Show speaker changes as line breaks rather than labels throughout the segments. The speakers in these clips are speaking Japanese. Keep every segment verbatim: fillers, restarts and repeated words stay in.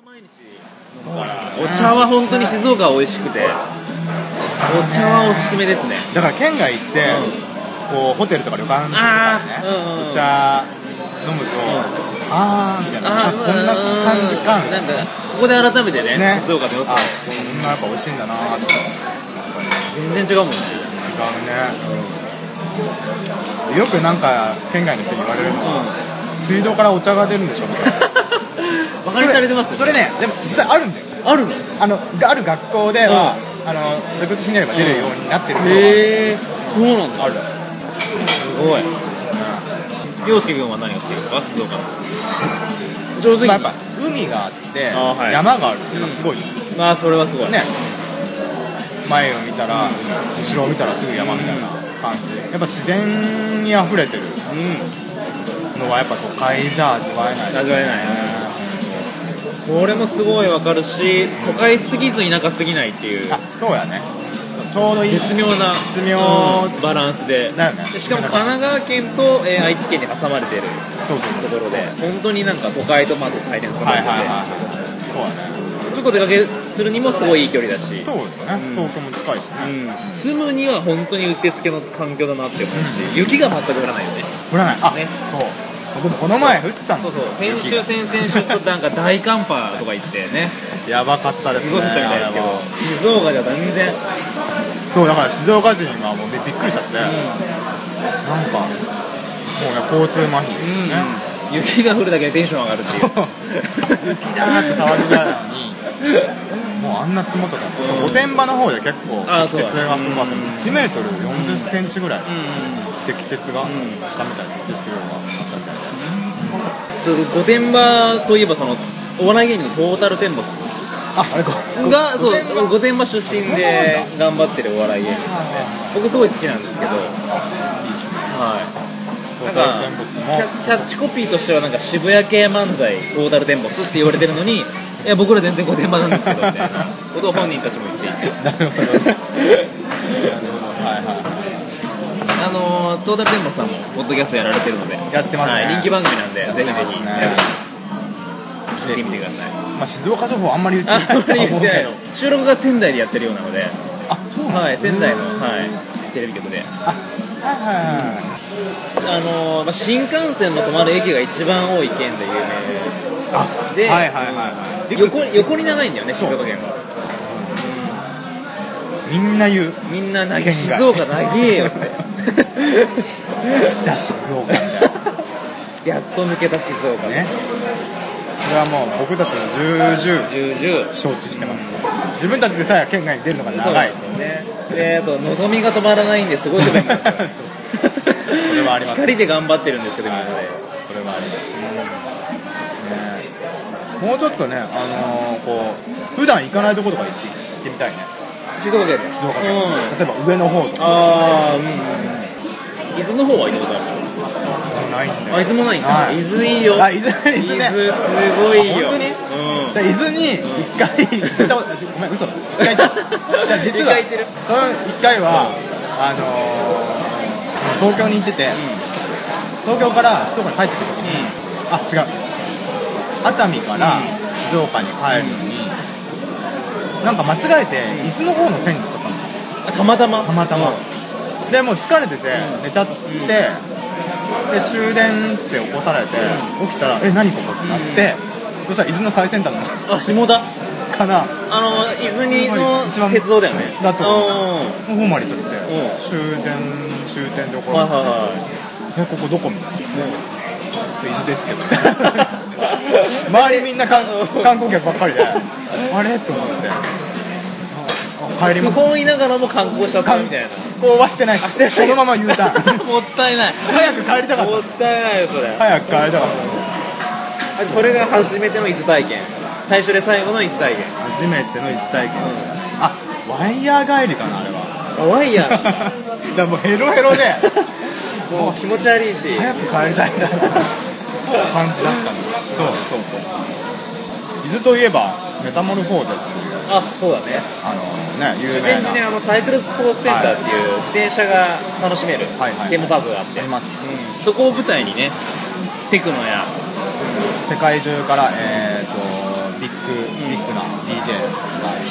毎日飲むから、お茶は本当に静岡は美味しくて、お茶はおすすめですね。
だから県外行って、うん、こうホテルとか旅館とかでね、うんうん、お茶飲むと、うん、あーみたいな、あこんな感じかみたいな、なんか
そこで改めて ね, ね静岡の良さ、
こんなやっぱ美味しいんだなーって。
全然違うもんね。
違うね、うん、よくなんか県外の人に言われるのは、うん、水道からお茶が出るんでしょみたいな
バカにされてますよね。
それね、でも実際あるんだよ。
あるの？
あのある学校では、うん、あの俗物ひねれば出るようになってるけど、
へえ、そうなんだ。
あるらしい。
すごい。陽介君は何が好きですか？静岡の。正直、
まあ、やっぱ海があって、はい、山があるっていうのはすごい、
うん、まあそれはすごいね。
前を見たら、うん、後ろを見たらすぐ山みたいな感じで、やっぱ自然にあふれてるのはやっぱ都会じゃ味わえない、ね、
味わえないね。それもすごいわかるし、都会すぎず田舎すぎないっていう。
あ、そうやね。ちょうどいい
絶妙な
絶妙、
うん、バランスで、
だよね、
でしかも神奈川県と、えー、愛知県に挟まれてるところで、本当になんか都会とまあ都会で挟まれてて、はいはいはい、そうだね。ちょっと出かけするにもすごいいい距離だし、
そうですね、うん、東京も近いしね、
うん、住むには本当にうってつけの環境だなって思うし、うん、雪が全く降らないよね。
降らない。あ、ね、そう。でもこの前降ったんですよ。
そうそう、先週先々週となんか大寒波とか言ってね
やばかったですね。
すごい降ったみたいですけど、静岡じゃ全然。
そうだから静岡人はもうびっくりしちゃって、うん、なんかもうね交通麻痺ですよね、
うん、雪が降るだけでテンション上がるし
雪だーって騒ぎだのにもうあんな積もっちゃった、うん、御殿場の方で結構積雪がすごかった、うん、いちメートルよんじゅっセンチぐらい積雪がしたみたいな、積雪量があったみたいな。
ちょっと御殿場といえばそのお笑い芸人のトータルテンボス、
あ、あれか
がそう御殿場出身で頑張ってるお笑い芸人さんで、僕すごい好きなんですけど、はい、なんかキャッチコピーとしてはなんか渋谷系漫才トータルテンボスって言われてるのに、いや僕ら全然御殿場なんですけどみたいなことを本人たちも言っていてなるほどはいはい、あのトータルテンボスさんもポッドキャストやられてるので、
やってますね、
はい、人気番組なんでぜひぜひ皆さん聞いてみてください。
まあ、静岡情報あんまり言ってないと思うけど
収録が仙台でやってるようなので、
あ、そうなんだ、
はい、仙台の、はい、テレビ局で、あ、はいはいはい、あのーまあ、新幹線の止まる駅が一番多い県で有名で、はいはいはいはい、横, 横に長いんだよね静岡県は。
みんな言う、
みんな長い、静岡長えよって
北静岡みたいな
やっと抜けた静岡ね。
それはもう僕たちの重々承知してます、うん、自分たちでさえ県外に出るのが長い。
そうですよね。であと望みが止まらないんですごい不便なんですよ
それはあります。
光で頑張ってるんですけど、みんなで、
それはあります、うんね、もうちょっとね、あのー、こう普段行かないところとか行って、行ってみたいね。
静岡県で
静岡県、うん、例えば上の方とか、
あ、うんうん、伊豆の方は行ったことある？
ないんだよ。
あ、伊豆もないんだ。伊豆いいよ。
あ、伊豆、伊豆ね。
伊豆すごいよ。
本当に？うん。じゃあ伊豆に一回行ったこと、ごめん、嘘。一回行った。じゃあ実はその一回は、あのー、東京に行ってて、うん、東京から静岡に帰ってくるときに、うん、あ、違う。熱海から静岡に帰るのに、うん、なんか間違えて伊豆の方の線に乗っちゃったの。
あ、たまたま。
たまたま。うん、でもう疲れてて寝ちゃって。うんで終電って起こされて、うん、起きたらえ何ここってなって、うん、そしたら伊豆の最先端の
あ下田
かな、
あの伊豆にの鉄道だよね。
だと思う。方まで行っちゃって終電終点で起こられて、はいはいはい、えここどこみたいな、うん、伊豆ですけど周りみんな観光客ばっかりであれと思って帰ります。
向こういながらも観光しちゃったみたいな。
こうはしてない。そのまま U ターン
もったいない。
早く帰りたかった。
もったいないよそれ。
早く帰りたかった。
それが初めての伊豆体験。最初で最後の伊豆体験。
初めての伊豆体験でした、ね、うん、あ、ワイヤー帰りかなあれは。
あ、ワイヤーだ
からもうヘロヘロで
もう気持ち悪いし
早く帰りたいな感じだったの。そうそうそう。伊豆といえばメタモルフォーゼっていう、
あ、そうだね、
あのね、有名な
自然寺にあのサイクルスポーツセンターっていう自転車が楽しめるテーマパークがあって、
あります、
うん、そこを舞台にね、テクノや
世界中から、えー、とビッグ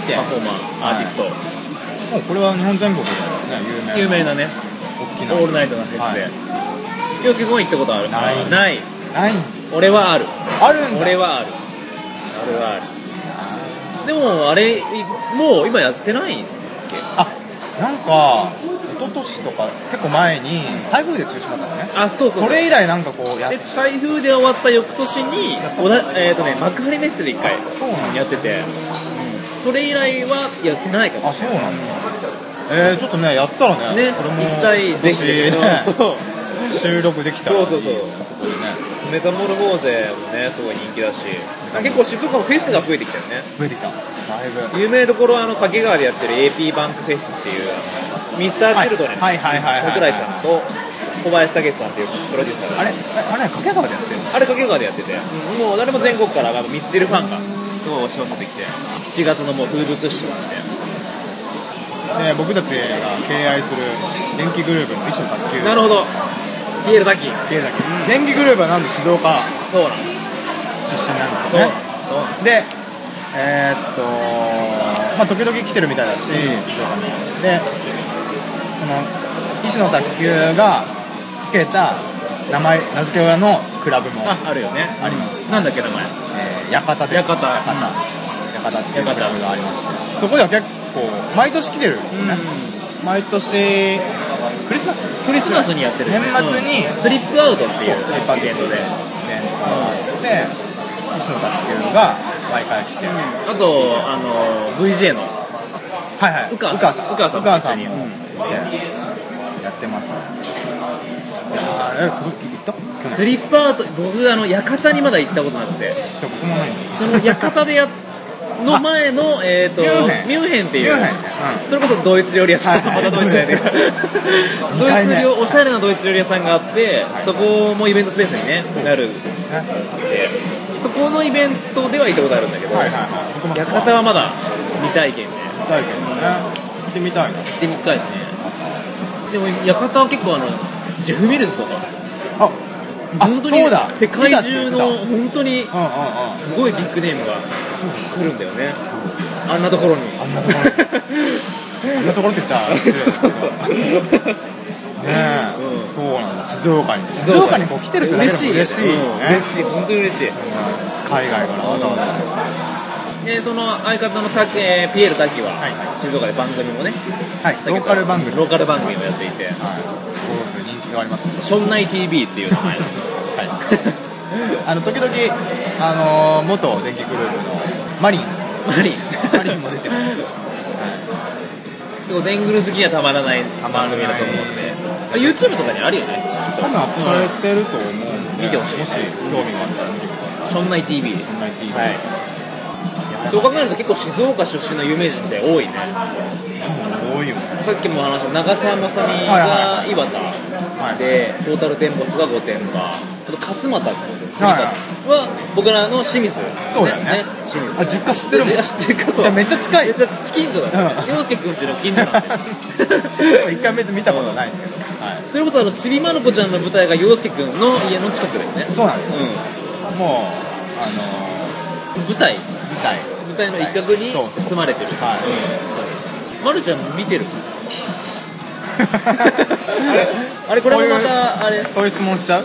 て
パフォーマー、アーティスト、
もうこれは日本全国で、ね、有名
有名なね
大きな
オールナイトなフェスで、洋介君は行ったことある？
ない
ない
ない
俺はある
あるんだ
俺はある俺はあるでもあれもう今やってないっけ？
あ、なんか一昨年とか結構前に台風で中止だったのね。
あ、そうそう、
それ以来なんかこうやっ
で台風で終わった翌年におだ、えーとね、幕張メッセでいっかいやってて、それ以来はやってないかも
あ、そうなんだ。えー、ちょっとねやったらね、
ね、
これも
行きたい、ぜひ
ね収録できたらいい。
そうそうそう、
そこでね
メタモルフォーゼもねすごい人気だし、結構静岡もフェスが増えてきたよね。
増えてきただいぶ。
有名どころはあの掛川でやってる エーピー バンクフェスっていうあのミスターチルドレンの
はいはいはいはいはい
桜井さんと小林武史さんっていうプロデューサーが
あれあれ掛川でやってるの？
あれ掛川でやってて、うんもう誰も全国からあのミスチルファンがすごい押し寄せてきて、しちがつのもう風物詩となって
で僕たちが敬愛する電気グループの一種の卓球。
なるほど、ピエール滝、
ピエールだけ、うん、電気グループはなんと静岡
そうなんです
出身なんですよね。
そうそう
でえー、っとまあ時々来てるみたいだし、静岡にでその石の卓球がつけた名前名付け親のクラブも
あ, あるよね、
あります。
なんだっけ名前、
えー、館です。
館
館館っていうクラブがありまして、そこでは結構毎年来てるんですよね。毎年クリスマス
クリスマスにやってる、
年末に、
うん、スリップアウトっていう
スリップアウト
イベントで
イベントがあって石の卓球が毎回来てる、
あとあの ブイジェー の
はいはい、
宇川さん
宇川さん
宇川さん
も
も
来てやってますね。いやあれこれ行った？
スリップアウト、僕あの館にまだ行ったことなくて、
ちょっと僕もないんですよ。
その館でやの前のえっと
ミュンヘン
ミュンヘンっていう、
ミュンヘンね、うん、
それこそドイツ料理屋さん、
はいはい
またドイツじゃないドイツ料おしゃれなドイツ料理屋さんがあって、
はい、
そこもイベントスペースに、ね、なる、ね、でそこのイベントでは行ったことあるんだけど、
はいはいはい、
館はまだ未体験で、
未体験だね。行ってみたいな。
行ってみたいですね。でも館は結構あのジェフ・ミルズとか、
あ
本当に
そうだ、
世界中の本当にすごいビッグネームが来るんだよね。あんなところに
あんなところにあんなところって言っちゃう
そうそうそう
ねえ、うん、そうなんだ。静岡に静岡にこう来てるってだけでも嬉しいよね。
嬉しい、本当に嬉しい。
海外からわざわざ。
でその相方のた、えー、ピエール滝は、
はいはい、
静岡で番組もね、
はい、ローカル番組
ローカル番組をやっていて、はい、
すごく人気がありますね。
ションナイ ティービー っていう名前の、はい、
あの時々あのー、元電気グループのマリン
マリン
マリンも出てます。
結構デングル好きにはたまらない番組だと思うんで、YouTube とかにあるよね。
多分アップされてると思うんで、
見てほしい、
もし興味があったら見てください。
ションナイ ティービー です。
ションナイ ティービー、
はい。そう考えると結構静岡出身の有名人って多いね。
多いよね。
さっきも話した長澤まさみが岩田で、トータルテンボスが御殿場、あと勝俣君は僕らの清水。
そうだよね。
清水。
あ、実家知ってるもん。
知ってるか。そう。
いやめっちゃ近い。
めっちゃ近所だよ。陽介君ちの近所なんです。
一回別に見たことないですけど。
それこそあのちびまる子ちゃんの舞台が陽介君の家の近くだよね。
そうなんです。もうあの
舞台。
舞台。
舞台の一角に住まれてる。はい。まるちゃん見てる。あれこれもまたあれ
そういう質問しちゃう？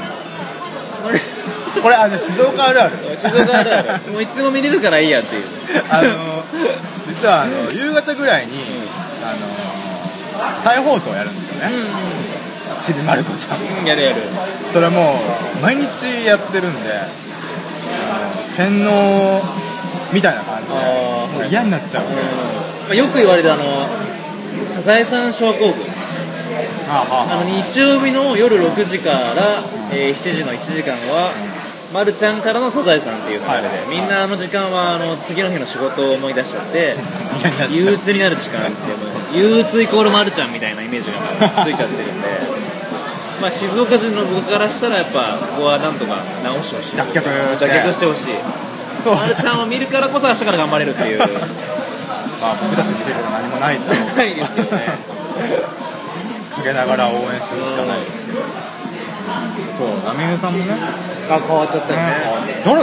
これあじゃあ静岡あるある。
静岡あるある。もういつでも見れるからいいやっていう。
あの実はあの夕方ぐらいに、うん、あの再放送やるんですよね。ちびまる子ちゃん。
やるやる。
それもう毎日やってるんで、あの洗脳みたいな感じでもう嫌になっちゃう。うん、
まあ、よく言われるあのサザエさん症候群。あの日曜日の夜ろくじから、えー、しちじのいちじかんは、まるちゃんからのサザエさんっていう流れで、みんなあの時間はあの次の日の仕事を思い出しちゃって憂鬱になる時間って憂鬱イコールまるちゃんみたいなイメージがついちゃってるんでまあ静岡人の僕からしたらやっぱそこはなんとか直してほしい、
脱却して
脱却してほしい。まるちゃんを見るからこそ明日から頑張れるっていうま
あ僕たち見てると何もないと
ないですけどね
かけながら応援するしかないですけど、そう、ナミエさんもね、
あ変わっちゃったよね。
誰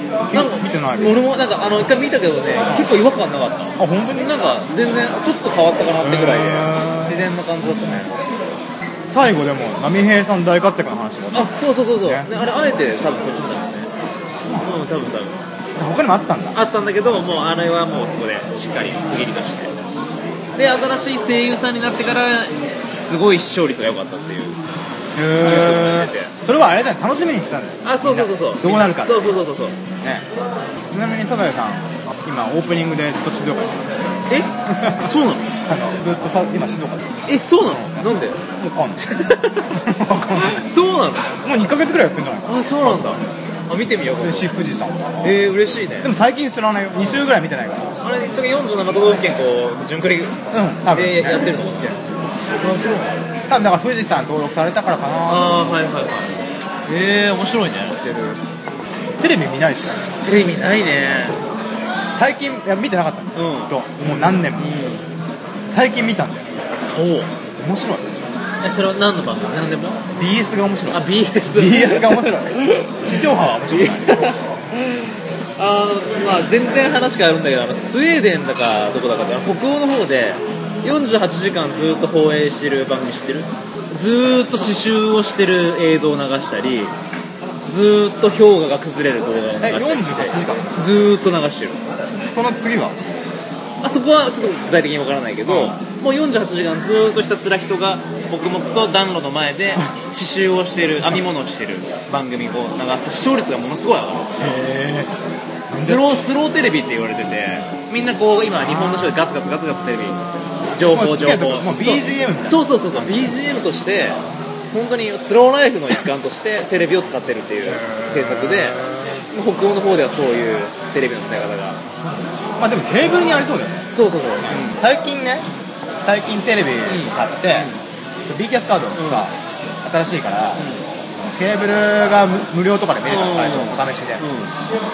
なんか見てないけど
俺もなんかあの一回見たけどね、結構違和感なかった。あ、
本当に
なんか全然ちょっと変わったかなってぐらいで自然な感じだったね。
最後でも波平さん大活躍の話も
あ、そうそうそうそう、ね、あれあえて多分そっちだもんね。うん、多分多分
じゃあ他にもあったんだ。
あったんだけど、もうあれはもうそこでしっかり区切り出して、で新しい声優さんになってからすごい視聴率が良かったっていう。
へー、それはあれじゃない、楽しみにしたんだよ。
あ、そうそうそうそう、
どうなるか。
そうそうそうそうそう、
ね、ちなみにサザエさん今オープニングでずっと静岡にいます。
えそうなの？
あのずっとさ今静岡で。
え、そうなの？なんで？
わかんない
そうなの？
もうにかげつくらいやってんじゃないかな。
あ、そうなんだ。あ、見てみよう。
富士山。
えー、嬉しいね。
でも最近知らないよ。に週ぐらい見てないから。
あれ、それよんじゅうなな都道府県こう順繰りでやってるの？あ、そうなの？
多分だから富士山登録されたからかな。
ああ、はいはいはい。えー、面白いね。
テレビ見ないでしょ？
テレビ見ないね。
最近いや見てなかったんだよ、うん、ともう何年も、うん、最近見たんだよ。
おお、
面白い。
え、それは何の番組？何でも
ビーエス が面白い。
あ、 ビーエス
ビーエス が面白い地上波は面白い
あー、まあ全然話変わるんだけど、あのスウェーデンだかどこだかで北欧の方でよんじゅうはちじかんずっと放映してる番組知ってる？ずーっと刺繍をしてる映像を流したり、ずーっと氷河が崩れる動画を流したり、
よんじゅうはちじかん
ずーっと流してる。
その次は
あそこはちょっと具体的にわからないけど、うん、もうよんじゅうはちじかんずーっとひたすら人が黙々と暖炉の前で刺繍をしてる、編み物をしてる番組を流すと視聴率がものすごい上がる。
へー、
スロースローテレビって言われてて、みんなこう今日本の人でガツガツガツガツテレビ情報情報、
もう ビージーエム みたいな。
そうそうそうそう、 ビージーエム として本当にスローライフの一環としてテレビを使ってるっていう制作で、北欧の方ではそういうテレビの使い方が、
まあでもケーブルにありそうだよね。
そうそうそう、うん、
最近ね、最近テレビ買って、うん、ビーキャスカードさ、うん、新しいから、うん、ケーブルが 無, 無料とかで見れたの、最初お試しで、うん、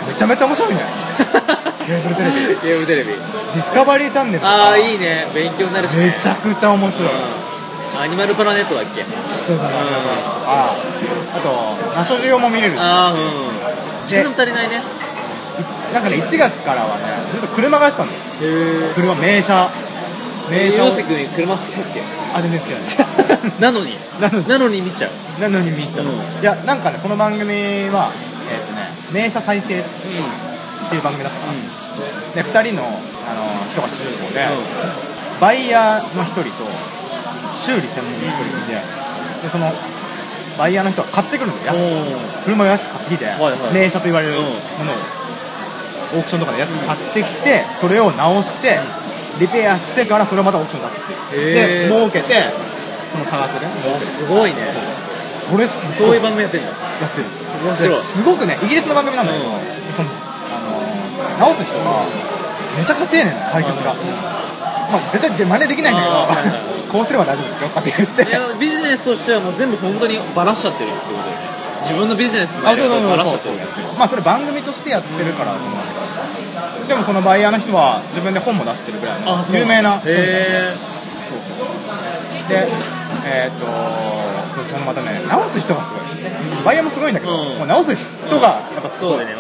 めちゃめちゃ面白いねケーブルテレビ
ケーブルテレビ
ディスカバリーチャンネルとか、
ああいいね、勉強になるし、ね、
めちゃくちゃ面白い、うん、
アニマルプラネットだっけ。
そうそう、うん、ああとナショジオも見れるし、
あ、うん、時間足りないね。
なんかね、いちがつからはね、ずっと車がやってたんだよ。へー、車、名車
名車。陽介君車好きだっけ？
あ、全然好きじゃないなのに
なのに見ちゃう。
なのに見た、うん、いや、なんかね、その番組はえっ、ー、とね、名車再生っていう番組だったから、うん、で、ふたりの、あの人が主人公で、うん、バイヤーのひとりと修理専門のひとりで、で、そのバイヤーの人が買ってくるんだよ、安く。車を安く買ってきて、はいはい、名車と言われるものを、オークションとかで安く買ってきて、それを直してリペアしてからそれをまたオークションに出すっていうで儲けて、その差額で儲けて、
すごいね。
これすごい、
そういう番組やってるんだ。
やってる。面白い。すごくね、イギリスの番組なんだけど、うん、そのあの直す人がめちゃくちゃ丁寧な解説が、うん、まあ、絶対真似できないんだけど、はいはい、こうすれば大丈夫ですよって言って、いや、
ビジネスとしてはもう全部本当にバラしちゃってるってことだよね。自分のビジネスのやり方をバラしちゃってる。
まあそれ番組としてやってるからと思うんだけど、でもそのバイヤーの人は自分で本も出してるぐらいの有名な。
へー。
で、えー、っとそのまたね、直す人がすごい。バイヤーもすごいんだけど、うん、もう直す人がやっぱすごい。そうだね。うん、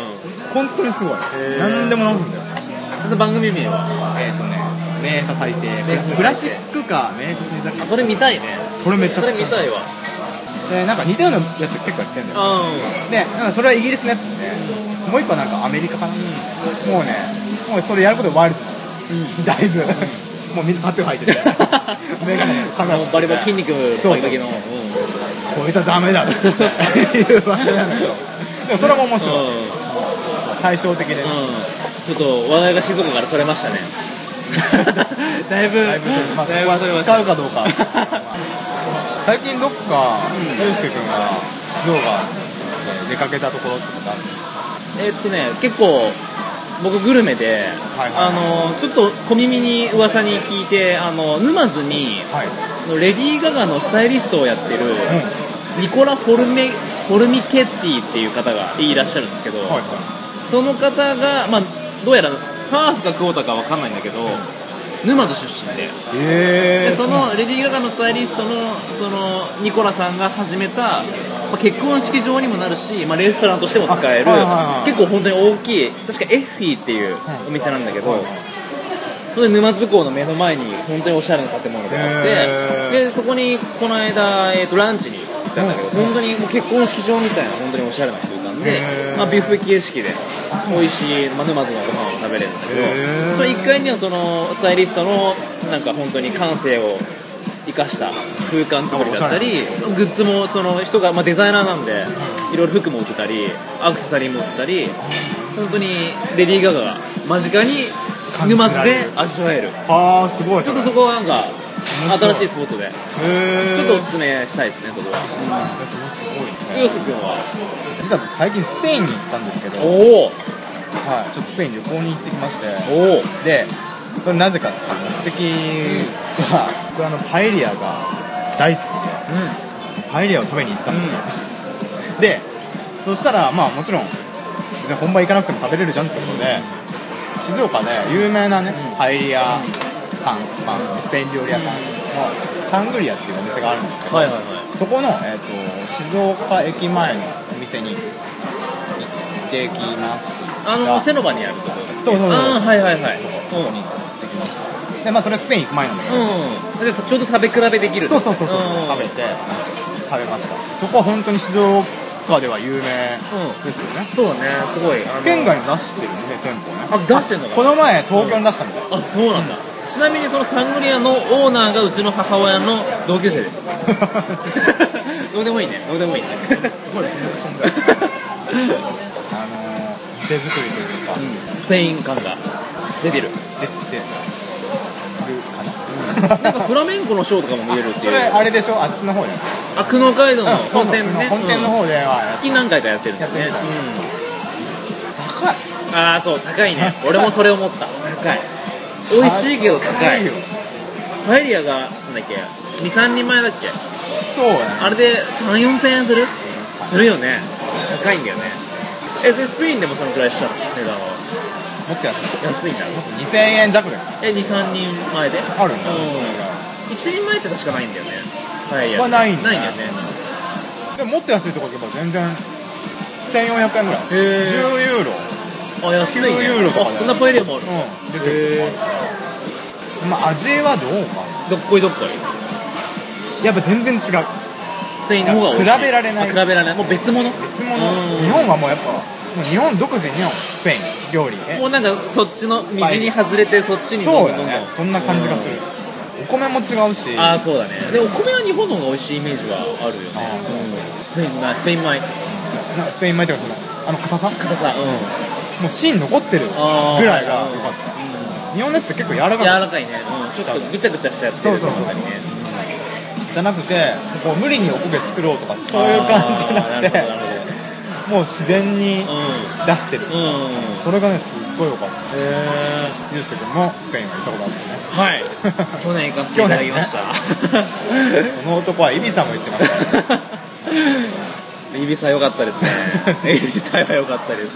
本当にすごい。何でも直すんだよ。
その番組名は
えー、っとね、名車再生。クラシックか名車再生。
それ見たいね。
それめっちゃくちゃ。
それ見たいわ。
で、なんか似たようなやつ結構やってんだよ、うん、で、なんかそれはイギリスのやつで、もう一個はなんかアメリカかな、うん、もうね、もうそれやることでワイルドな、うん、だいぶもうみんなパッと入っててメガネサングラス
バリバリ筋肉バリバリの、
こいつはダメだっていうわけなんだけど、でもそれも面白い、うん、対照的で、うん、
ちょっと話題が静岡からそれましたねだいぶだいぶ、
まあ、そこは使うかどうか最近どっかゆうすけくんが静岡出かけたところってことある？
えー、っとね、結構僕グルメで、はいはいはい、あのちょっと小耳に噂に聞いて、あの沼津に、はい、レディー・ガガのスタイリストをやってる、うん、ニコラ・フォルメフォルミケッティっていう方がいらっしゃるんですけど、はいはい、その方が、まあ、どうやらハーフかクォーターか分かんないんだけど、 沼津出身で、
へ
でそのレディー・ガガのスタイリストのそのニコラさんが始めた、まあ、結婚式場にもなるし、まあ、レストランとしても使える、
はいはいはい、
結構本当に大きい、確かエッフィーっていうお店なんだけど、はいはい、沼津港の目の前に本当におしゃれな建物であって、でそこにこの間、えー、とランチに行ったんだけど、うん、本当にもう結婚式場みたいな本当におしゃれな空間で、まあ、ビュッフェ形式で美味しい、まあ、沼津のご飯を食べれるんだけど、そのいっかいにはそのスタイリストのなんか本当に感性を生かした空間作りだったり、グッズもその人が、まあ、デザイナーなんでいろいろ服も売ってたりアクセサリーも売ってたり、本当にレディー・ガガが間近に沼津で味わえる。
あーすごい。
ちょっとそこはなんか新しいスポットでちょっとおすすめしたいですね、そこは。
うん、すごい。
洋介君は
実は最近スペインに行ったんですけど、
お、
はい、ちょっとスペイン旅行に行ってきまして、
お
でそれなぜかって目的は、うん、僕あのパエリアが大好きで、うん、パエリアを食べに行ったんですよ、うん、でそしたらまあもちろん別に本場行かなくても食べれるじゃんってことで、静岡で有名なね、うん、パエリアさん、まあ、スペイン料理屋さんのサングリアっていうお店があるんですけど、はいはいはい、そこの、えーと、静岡駅前のお店に行ってきました。
あの瀬の場にあるところ。
そうそうそう、
あ、はいはいはい、
そこに行ってきました。でまあそれはスペイン行く前なんだけど、
うん、でちょうど食べ比べできる。
そうそうそうそう、うん、食べて食べました。そこは本当に静岡では有名ですよね、
うん、そうだね、すごい、あの
県外に出してるね、店舗ね。
あ、出してんのか。
この前東京に出したみたい、
うん、あ、そうなんだ、うん、ちなみにそのサングリアのオーナーがうちの母親の同級生ですどうでもいいね、どうでもいいね
すごいコネクションだよあのー、店作りというか、うん、
スペイン感が出てる
出てるかな
なんかフラメンコのショーとかも見れるっていう。
それあれでしょ、あっちの方で、
あ、久野街道の本店ね、
本店の方では
月何回かやってるんだよね。
やってるみたい、うん、高い。
ああ、そう、高いね俺もそれ思った。高い、美味しいけど高い。パエリアがなんだっけ、にさんにんまえだっけ。
そうやね、
あれでさん、よんせんえんするするよね。高いんだよね。え、でスペインでもそのくらいしたの値段は。
もっと安い。
安いんだ。
にせんえん弱だよ。
え、に、さんにんまえで
あるんだ。
いちにんまえって確かないんだよね。パエリア
はないんだ。
ないんだよね。
でももっと安いとこ行けば全然せんよんひゃくえんぐらい。じゅうユーロ。
あ、安いね。
きゅうユーロとかで。
あ、そんなパエリアもある。
うん、出てる。まあ味はどうか。
どっこいどっこ
い。やっぱ全然違う。ス
ペインの方が美味しい。
比べられない。
比べられない。もう別物。
別物。日本はもうやっぱ。もう日本独自のスペイン料理、
もうなんかそっちの右に外れてそっちにどんどんどんどん、
そうやね、そんな感じがする、うん、お米も違うし。
ああ、そうだね。でお米は日本の方が美味しいイメージはあるよね、うん、スペイン米、スペイン米、
スペイン米っていうかあの硬さ
硬さ、うん、
もう芯残ってるぐらいが良かった、うん、日本のやつって結構柔らかい柔
らかいね、うん、ちょっとぐちゃぐちゃしたやつ。そうそうそう、
じゃなくてこう無理におこげ作ろうとかそういう感じじゃなくてもう自然に出してる、うんうん、それがねすっごい良かった。へえ。ゆうすけ君もスペインは行ったことあるんですね。
はい去年行かせていただきました、
ね、この男はイビサも行ってましたね
イビサ良かったですねイビサは良かったです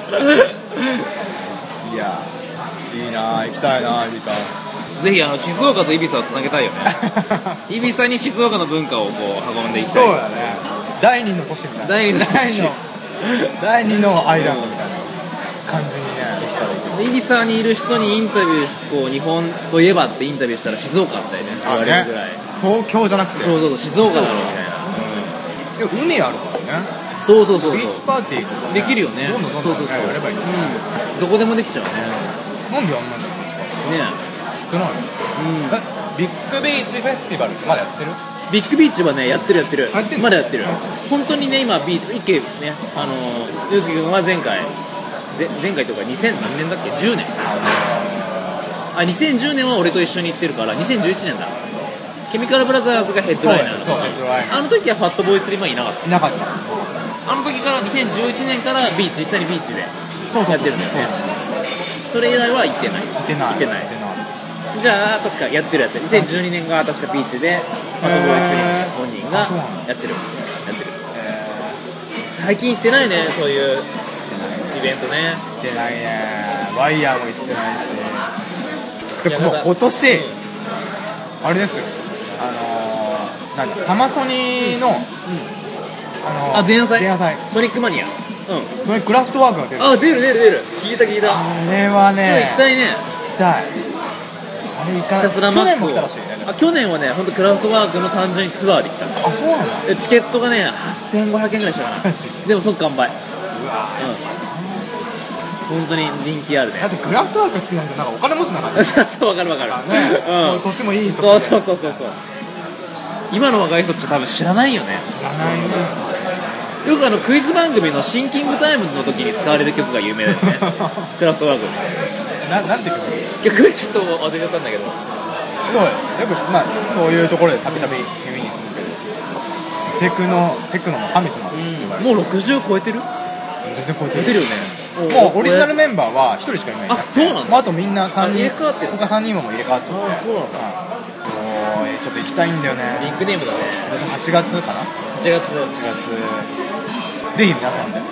いやいいな、行きたいな、イビサ。
ぜひあの静岡とイビサをつなげたいよねイビサに静岡の文化をこう運んでいきたい。
そうだね、第二の都市みたいな。
第二の都市
第二のアイランドみたいな感じにね、できたらいいけど。
イビサにいる人にインタビューしてこう日本といえばってインタビューしたら静岡だったよね、言われるぐらい。
東京じゃなくて
そうそうそう、静岡だろうみたいな、
うん、海あるからね。
そうそうそうそう、
ビーチパーティーとか、ね、
できるよね。
どんどんどんどん
そうそうそう、
やればいいんだよね、
うん、どこでもできちゃうね。
なんでやんないんだろう、ビーチパーティーね。やってないの、うん、えビッグビーチフェスティバルってまだやってる？
ビッグビーチはね、やってるやってる、
やってる
まだやってる。本当にね、今ビーチ一軒ね、あのー、ゆうすけ君は前回ぜ前回とかにせん何年だっけ、じゅうねん、あ、にせんじゅうねんは俺と一緒に行ってるからにせんじゅういちねんだ。ケミカルブラザーズがヘッドライナー。
そうヘッドライナー。
あの時はファットボーイスリーマンいなかった。
いなかった。
あの時からにせんじゅういちねんからビーチ、実際にビーチでやってるんだよね。それ以来は行ってない。
行ってない。
行ってない。じゃあ確かやってるやってる。にせんじゅうにねんが確かビーチでファットボーイスリーマン本人がやってる。やってる。最近行ってないね、そういうイベントね。
行ってないね。ワイヤーも行ってないし。 でそう今年、うん、あれですよ、あのー、なんだサマソニーの、うん、
あのー、あ前夜祭
前夜祭
ソニックマニア、うん、
それクラフトワークが出る。
あ出る出る出る聞いた聞いた。
あれはね
ちょっと行きたいね。
行きたい。あれ行かない。去年も来たらしいね。
あ去年はね本当クラフトワークの単純にツアーで来た。
あそうなんだ。
チケットがねはっせんごひゃくえんぐらいしたかなでも即完売。うわうん本当に人気あるね。
だってクラフトワーク好きな人なんかお金持ちな感じ
そうそう分かる分かる、
ねうん、年もいい年で
そうそうそうそうそう今の若い人って多分知らないよね。
知らないね。
よくあのクイズ番組のシンキングタイムの時に使われる曲が有名だよねクラフトワーク
ななんて曲
曲ちょっと忘れちゃったんだけど
そうよくまあそういうところでたびたび耳にするけどテクノテクノの神様、うん、
もうろくじゅう超えてる
全然超えてる
てるよね。
もうオリジナルメンバーはひとりしかいないんだ。
あそうなんだ、
まあ、あとみんなさんにん
入れ替わってる。
他さんにんも入れ替わっちゃって。
あそうなんだ、
おーちょっと行きたいんだよね。
ビッグネームだね。
私はちがつかなは
ちがつ
はちがつぜひ皆さんで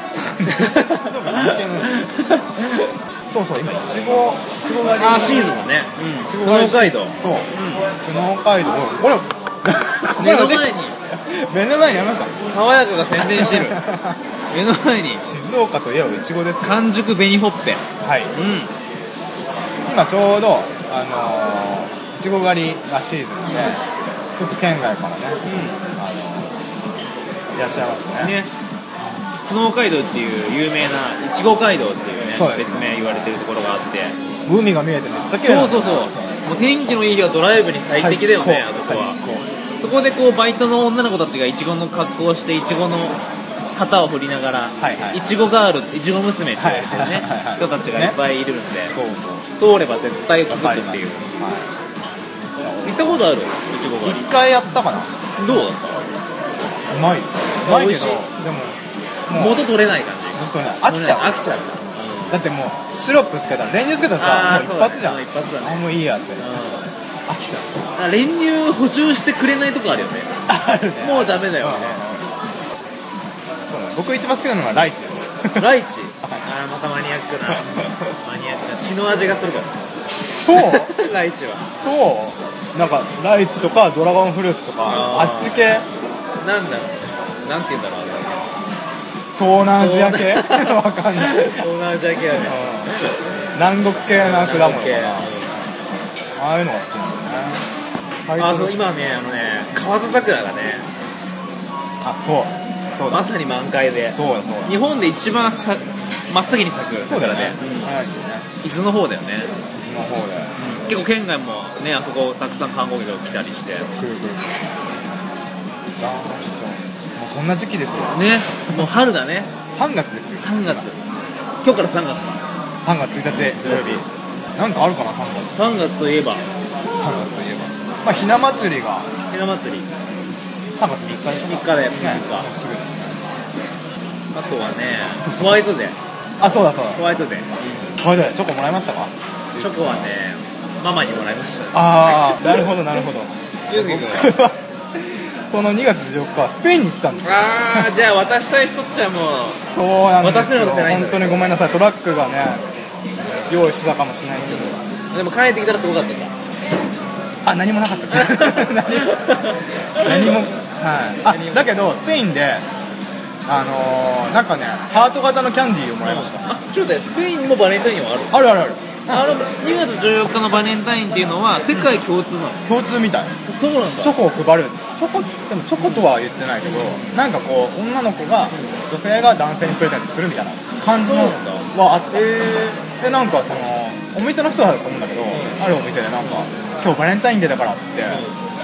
そうそう今いちごいちご狩り
あシーズンだね。いちご狩り北海道
そう久能街道これ
目の前に
目の前にありました。
爽やかが宣伝してる目の前に
静岡といえばいちごです。
完熟紅ほっぺ。
はい、うん、今ちょうどあのー、いちご狩りがシーズンで、うん、ちょっと県外からね、うん、あのー、いらっしゃいますね。ね
久能街道っていう有名ないちご街道っていうね別名言われてるところがあって
海が見えてめっちゃ綺麗なんだ。
そうそうそうもう天気のいい日はドライブに最適だよね。あそこはそこでこうバイトの女の子たちがいちごの格好をしていちごの旗を振りながらいちごガールいちご娘って言われてるね人たちがいっぱいいるんで、ね、そうそう通れば絶対気づくっていう。はい、行ったことある？いちご狩り
いっかいやったかな。
どうだった？
うまい。うまいけどでも
元取れない感じ。
本当ね飽きちゃう。
飽きちゃう。
だってもうシロップつけたら練乳つけたらさもう一発じゃん。
一発だね。
あもういいやって。飽きちゃ
う。練乳補充してくれないとこあるよね。
あるね。
もうダメだよね。
そうね。僕一番好きなのはライチです。
ライチ。ああまたマニアックなマニアックな血の味がするから。
そう。
ライチは。
そう。なんかライチとかドラゴンフルーツとかあっち系。
なんだろう。なんて言うんだろう。
東南アジア系わかんない。
東南アジア系だね。
南国系な果物かな。ああいうのが好きなんだね。
あそう今ねあのね河津桜がね
あそうそうだ
まさに満開で
そうだそうだ
日本で一番さ真っ先に咲く
そうだよね。
伊豆の方だよね。
伊豆の方で
結構県外もねあそこたくさん観光客が来たりして。来る来る。
そんな時期ですよ
ね。もう春だね。
さんがつですよ。
さんがつ今日からさんがつ
さんがつついたち土曜日なんかあるかな。さんがつ
さんがつといえば
さんがつといえばまあひな祭りが
ひな祭り
さんがつみっかでしょ。
みっかでみっか、ね、
すぐ
あとはねホワイトデー
あそうだそうだ
ホワイトデー
ホワイトデーチョコもらいましたか。
チョコはねママにもらいました、ね、
ああなるほどなるほど。
ゆうすけ君は
そのにがつじゅうよっかスペインに来たんですよ。
ああじゃあ渡したい人っちはもう
そうなんですよ。
渡せる渡せないんだ、ね、
本当にごめんなさい。トラックがね用意してたかもしれないですけど、
うん、でも帰ってきたらすごかったんだ。
あ何もなかったです何もはいあだけどスペインであのー、なんかねハート型のキャンディーをもらいました。
あちょっと待ってスペインにもバレンタインはある
あるあるある。
あのにがつじゅうよっかのバレンタインっていうのは世界共通なの、うん、
共通みたい。
そうなんだ。
チョコを配るチョコでもチョコとは言ってないけど、うん、なんかこう女の子が女性が男性にプレゼントするみたいな感じのはあった。でなんかそのお店の人だと思うんだけど、うん、あるお店でなんか今日バレンタインデーだからっつって、うん、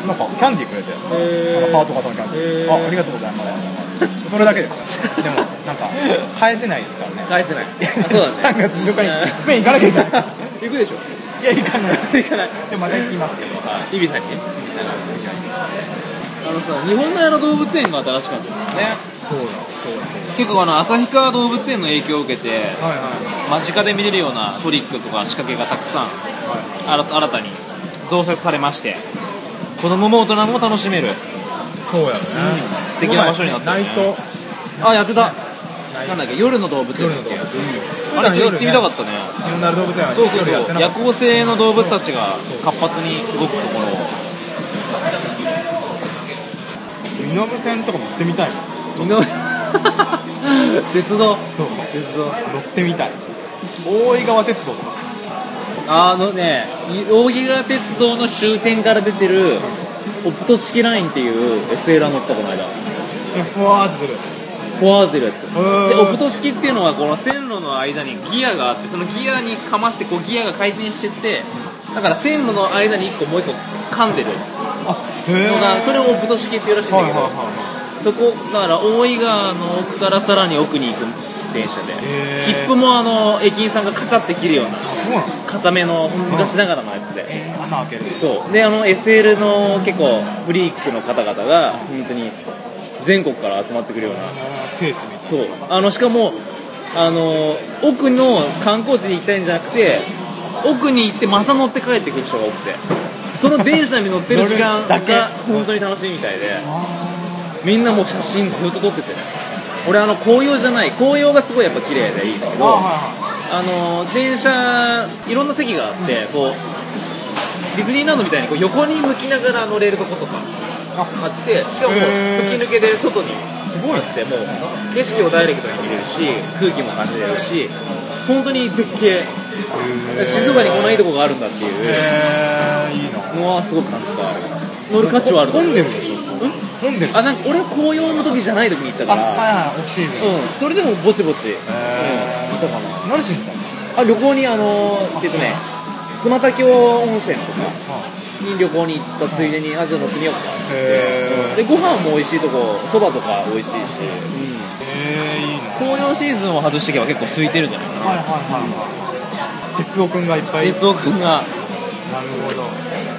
なんかキャンディーくれてあのハート型のキャンディーあありがとうございますそれだけですでもなんか返せないですからね。
返せないあそうだね
さんがつじゅうよっかにスペイン行かなきゃいけない
行くでしょ。
いや行かない
行かない
でまた行きますけど
イビサにね。イビサにあのさ日本のあの動物園が新しかったんだよね。
そうだそうだ
結構あの旭川動物園の影響を受けて、
はいはい、
間近で見れるようなトリックとか仕掛けがたくさん、はい、新たに増設されまして子供も大人も楽しめる
そうやね、
うん、素敵な場所になってるね。
ナイト
あやってたなんだっけ、夜の動物園だっけ。あれちょっと行ってみたかったね。
日本なる動物園は
そうそうそう、夜行性の動物たちが活発に動くところを。
身延線とかも乗ってみたいもん。
身延鉄道。
そう、鉄道乗ってみたい。大井川鉄道とか。
あのね、大井川鉄道の終点から出てるオプト式ラインっていう エスエル 乗ったこの間。
ふわーって出る。
ふわーって出るやつ。で、オプト式っていうのはこの線路の間にギアがあって、そのギアにかましてこうギアが回転してって、だから線路の間にいっこもういっこ噛んでるのが、それをオプト式っていうらしいんだけど、はいはいはいはい、そこだから大井川の奥からさらに奥に行く電車で、切符もあの駅員さんがカチャって切るような固めの昔ながらのやつで、
えー、穴開ける。
そうで、あの エスエル の結構フリークの方々が本当に全国から集まってくるような
聖地みたいな。
そう、あのしかもあの奥の観光地に行きたいんじゃなくて、奥に行ってまた乗って帰ってくる人が多くて、その電車に乗ってる時間が本当に楽しいみたいで、みんなもう写真ずっと撮ってて、俺あの紅葉じゃない紅葉がすごいやっぱ綺麗でいいんだけど、あの電車いろんな席があって、こうディズニーランドみたいにこう横に向きながら乗れるとことかあって、しかも吹き抜けで外にあって、もう景色をダイレクトに見れるし、空気も感じれるし、本当に絶景、静岡にこんないいとこがあるんだっていうのはすごく感じた。乗る価値はある。
混んでるでしょ。混んでる。
あ、なんか俺は紅葉の時じゃない時に行ったから、
あ、はいはい、オフシーズン。
うん、それでもぼちぼち、うん、いたかな。
何しに行った
の？あ、旅行にあのー、えっとね、妻田峡温泉とかに旅行に行ったついでに、あ、じゃあ乗ってみようかって。で、ご飯も美味しいとこ、そばとか美味しいし、うん、
へー、いいな。
紅葉シーズンを外していけば結構空いてるんじゃないかな。
はいはいはいはい。哲夫くんがいっぱい。
哲夫くんが。
なるほど。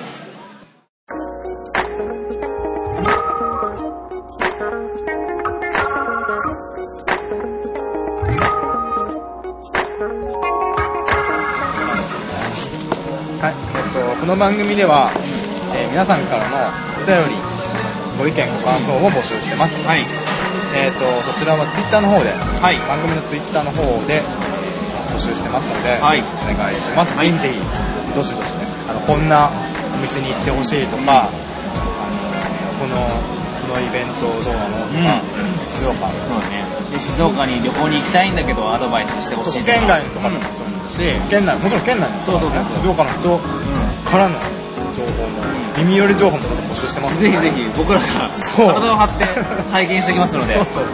はい、えっと、この番組では、えー、皆さんからのお便り、ご意見、ご感想を募集してます。はい。えっと、そちらはツイッターの方で、はい、番組のツイッターの方で、えー、募集してますので、はい、お願いします。はい、ぜひ、どしどしね、あの、こんなお店に行ってほしいとか、あの、この、このイベントどうなのとか、うん、静岡。
そうだね。で、静岡に旅行に行きたいんだけど、アドバイスしてほしいとか。
県外とかでもちろんいいし、うん、県内、もちろん県内の、
そうそうそう、
静岡の人からの情報も、耳寄り情報もちょっと募集してます、
ね。ぜひぜひ、僕らが体を張って体験しておきますので、そうそうそう、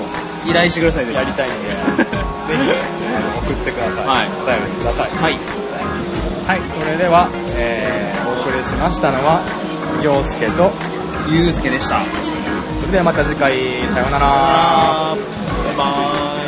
依頼してください。
やりたいんで、ぜひ送ってください。はい、お便りください。はい。はい、それでは、えー、お送りしましたのは、陽介と
ゆうすけでした。
それではまた次回、さようなら。
バイバーイ。